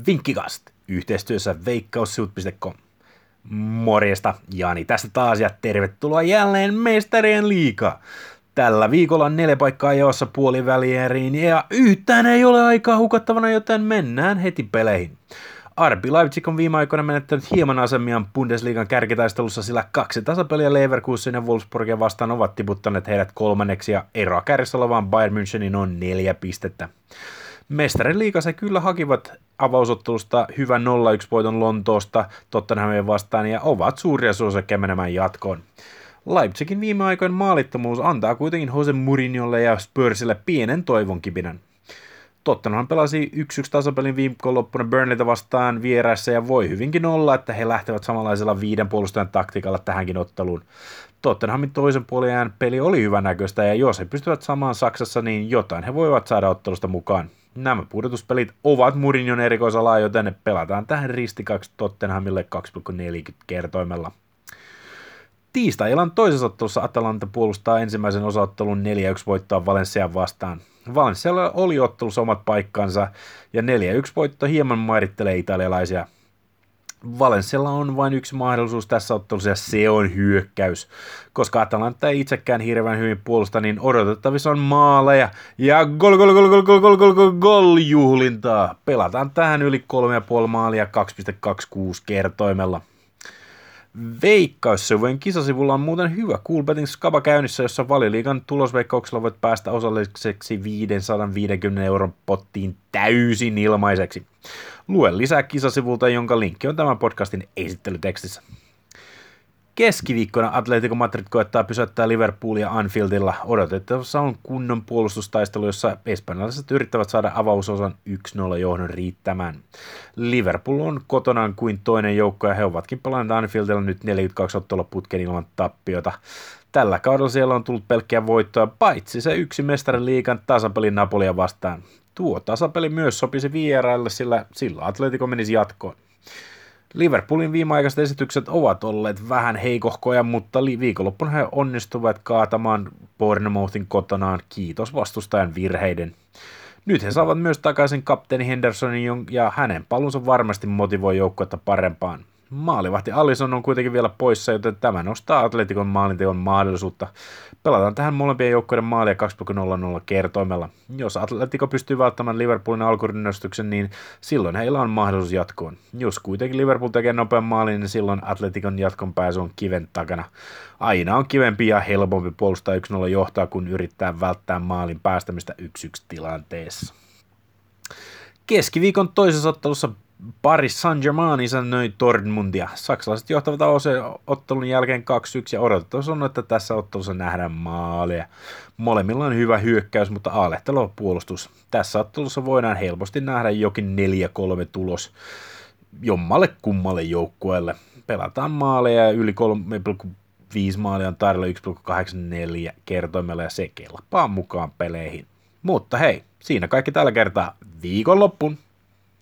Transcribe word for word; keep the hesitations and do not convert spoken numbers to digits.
Vinkkikast yhteistyössä veikkaussuut piste com. Morjesta, Jani tästä taas ja tervetuloa jälleen Mestarien liigaan. Tällä viikolla on neljä paikkaa jaossa puolivälieriin ja yhtään ei ole aikaa hukattavana, joten mennään heti peleihin. R B Leipzig on viime aikoina menettänyt hieman asemiaan Bundesliigan kärkitaistelussa, sillä kaksi tasapeliä Leverkusen ja Wolfsburgia vastaan ovat tiputtaneet heidät kolmanneksi ja eroa kärjessä olevaan Bayern Münchenin on neljä pistettä. Mestarin liigassa kyllä hakivat avausottelusta hyvän nolla yksi voiton Lontoosta Tottenhamia vastaan ja ovat suuria suosikkeja menemään jatkoon. Leipzigin viime aikojen maalittomuus antaa kuitenkin Jose Mourinholle ja Spursille pienen toivonkipinän. Tottenham pelasi yksi yksi tasapelin viikonloppuna Burnleytä vastaan vieraissa ja voi hyvinkin olla, että he lähtevät samanlaisella viiden puolustajan taktiikalla tähänkin otteluun. Tottenhamin toisen puolen peli oli hyvänäköistä ja jos he pystyvät samaan Saksassa, niin jotain he voivat saada ottelusta mukaan. Nämä pudotuspelit ovat Mourinhon erikoisalaa, joten ne pelataan tähän ristikaksi Tottenhamille kaksi pilkku neljäkymmentä kertoimella. Tiistai-illan toisessa ottelussa Atalanta puolustaa ensimmäisen osaottelun neljä yksi voittoa Valenciaan vastaan. Valencialla oli ottelussa omat paikkansa ja neljä yksi voitto hieman mairittelee italialaisia. Valencialla on vain yksi mahdollisuus tässä ottelussa ja se on hyökkäys. Koska Atalanta ei itsekään hirveän hyvin puolusta, niin odotettavissa on maaleja ja gol gol gol gol gol gol gol gol gol juhlintaa. Pelataan tähän yli kolme pilkku viisi maalia kaksi pilkku kaksikymmentäkuusi kertoimella. Veikkausseuvien kisasivulla on muuten hyvä Coolbetin skaba käynnissä, jossa Valioliigan tulosveikkauksella voit päästä osalliseksi viisisataaviisikymmentä euron pottiin täysin ilmaiseksi. Lue lisää kisasivulta, jonka linkki on tämän podcastin esittelytekstissä. Keskiviikkona Atletico Madrid koettaa pysäyttää Liverpoolia Anfieldilla. Odotettavassa on kunnon puolustustaistelu, jossa espanjalaiset yrittävät saada avausosan yksi nolla johdon riittämään. Liverpool on kotonaan kuin toinen joukko ja he ovatkin pelanneet Anfieldilla nyt neljäkymmentäkaksi ottelua putken ilman tappiota. Tällä kaudella siellä on tullut pelkkiä voittoja, paitsi se yksi Mestarin liigan tasapeli Napolia vastaan. Tuo tasapeli myös sopisi vieraille, sillä sillä Atletico menisi jatkoon. Liverpoolin viimeaikaiset esitykset ovat olleet vähän heikohkoja, mutta viikonloppuna he onnistuvat kaatamaan Bournemouthin kotonaan, kiitos vastustajan virheiden. Nyt he saavat myös takaisin kapteeni Hendersonin ja hänen palunsa varmasti motivoi joukkuetta parempaan. Maalivahti Alisson on kuitenkin vielä poissa, joten tämä nostaa Atleticon maalinteon mahdollisuutta. Pelataan tähän molempien joukkueiden maalia kaksi pilkku nolla nolla kertoimella. Jos Atletico pystyy välttämään Liverpoolin alkurynnästyksen, niin silloin heillä on mahdollisuus jatkoon. Jos kuitenkin Liverpool tekee nopean maalin, niin silloin Atleticon jatkon pääsy on kiven takana. Aina on kivempi ja helpompi puolustaa yksi nolla johtaa, kun yrittää välttää maalin päästämistä yksi yksi tilanteessa. Keskiviikon toisessa ottelussa Paris Saint-Germain isännöi Dortmundia. Saksalaiset johtavat ottelun jälkeen kaksi yksi ja odotettavasti on, että tässä ottelussa nähdään maaleja. Molemmilla on hyvä hyökkäys, mutta aalehteleva puolustus. Tässä ottelussa voidaan helposti nähdä jokin neljä kolme tulos jommalle kummalle joukkueelle. Pelataan maaleja ja yli kolme pilkku viisi maalia on tarjolla yksi pilkku kahdeksankymmentäneljä kertoimella ja se kelpaa mukaan peleihin. Mutta hei, siinä kaikki tällä kertaa. Viikonloppuun!